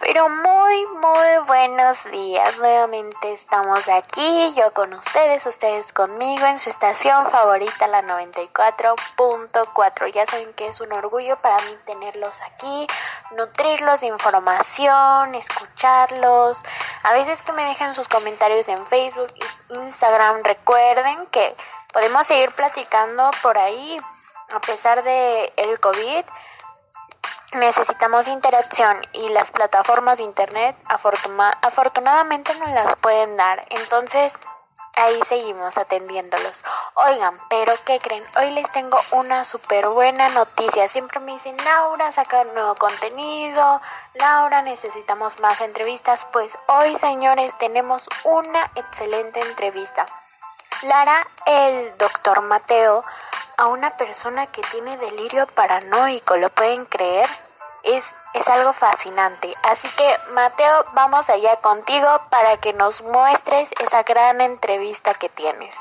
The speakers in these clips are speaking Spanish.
Pero muy buenos días. Nuevamente estamos aquí, yo con ustedes conmigo en su estación favorita, la 94.4. Ya saben que es un orgullo para mí tenerlos aquí, nutrirlos de información, escucharlos. A veces que me dejen sus comentarios en Facebook e Instagram. Recuerden que podemos seguir platicando por ahí a pesar de el COVID. Necesitamos interacción y las plataformas de internet afortunadamente nos las pueden dar. Entonces ahí seguimos atendiéndolos. Oigan, pero ¿qué creen? Hoy les tengo una súper buena noticia. Siempre me dicen, Laura, saca nuevo contenido. Laura, necesitamos más entrevistas. Pues hoy, señores, tenemos una excelente entrevista. Lara, el doctor Mateo, a una persona que tiene delirio paranoico, ¿lo pueden creer? Es algo fascinante. Así que, Mateo, vamos allá contigo para que nos muestres esa gran entrevista que tienes.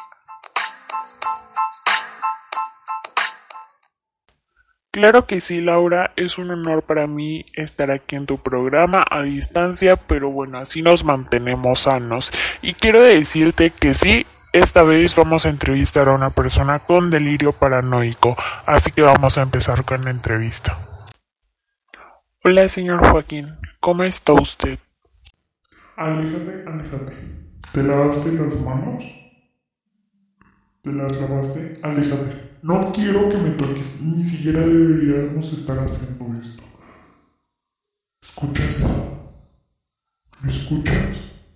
Claro que sí, Laura, es un honor para mí estar aquí en tu programa a distancia, pero bueno, así nos mantenemos sanos. Y quiero decirte que sí, esta vez vamos a entrevistar a una persona con delirio paranoico, así que vamos a empezar con la entrevista. Hola, señor Joaquín, ¿cómo está usted? Aléjate. ¿Te lavaste las manos? ¿Te las lavaste? Aléjate. No quiero que me toques. Ni siquiera deberíamos estar haciendo esto. ¿Escuchas? ¿Me escuchas?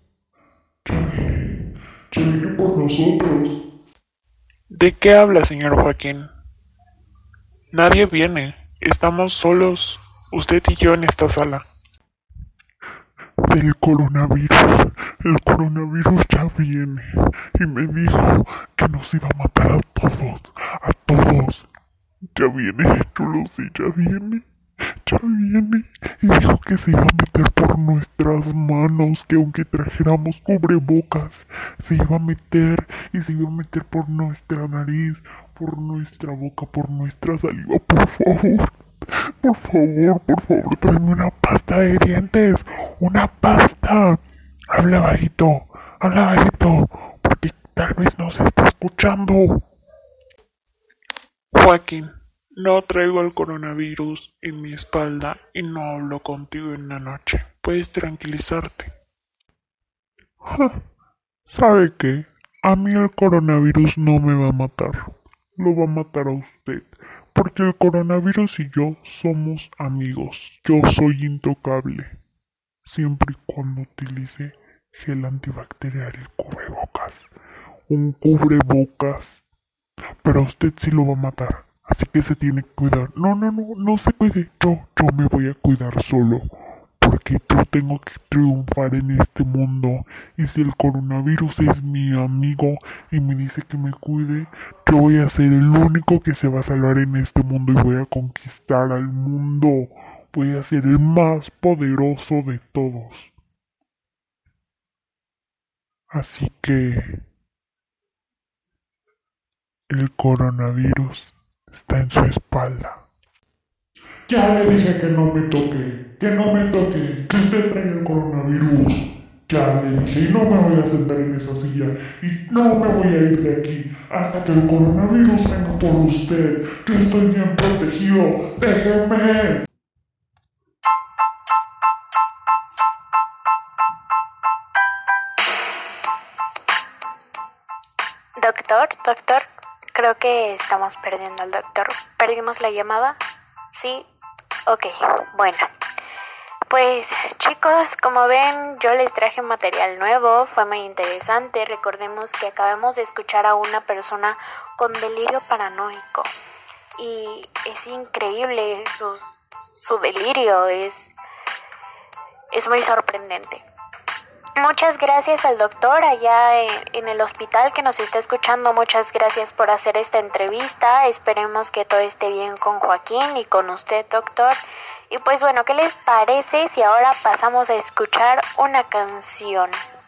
Ya viene por nosotros. ¿De qué habla, señor Joaquín? Nadie viene, estamos solos, usted y yo en esta sala. Del coronavirus. El coronavirus ya viene. Y me dijo que nos iba a matar a todos. A todos. Ya viene, yo lo sé, ya viene. Y dijo que se iba a meter por nuestras manos, que aunque trajéramos cubrebocas, se iba a meter y se iba a meter por nuestra nariz, por nuestra boca, por nuestra saliva. Por favor, tráeme una pasta de dientes, una pasta. Habla bajito, porque tal vez no se está escuchando. Joaquín, no traigo el coronavirus en mi espalda y no hablo contigo en la noche. Puedes tranquilizarte. ¿Sabe qué? A mí el coronavirus no me va a matar. Lo va a matar a usted. Porque el coronavirus y yo somos amigos. Yo soy intocable. Siempre y cuando utilice gel antibacterial y cubrebocas. Un cubrebocas. Pero a usted sí lo va a matar. Así que se tiene que cuidar. No se cuide. Yo me voy a cuidar solo. Porque yo tengo que triunfar en este mundo. Y si el coronavirus es mi amigo y me dice que me cuide, yo voy a ser el único que se va a salvar en este mundo y voy a conquistar al mundo. Voy a ser el más poderoso de todos. Así que el coronavirus está en su espalda. Ya le dije que no me toque, que usted trae el coronavirus. Ya le dije, y no me voy a sentar en esa silla, y no me voy a ir de aquí hasta que el coronavirus venga por usted. Yo estoy bien protegido, déjeme. Doctor, creo que estamos perdiendo al doctor. ¿Perdimos la llamada? Sí, ok, bueno. Pues chicos, como ven, yo les traje material nuevo, fue muy interesante. Recordemos que acabamos de escuchar a una persona con delirio paranoico. Y es increíble su delirio, es muy sorprendente. Muchas gracias al doctor allá en el hospital que nos está escuchando. Muchas gracias por hacer esta entrevista. Esperemos que todo esté bien con Joaquín y con usted, doctor. Y pues bueno, ¿qué les parece si ahora pasamos a escuchar una canción?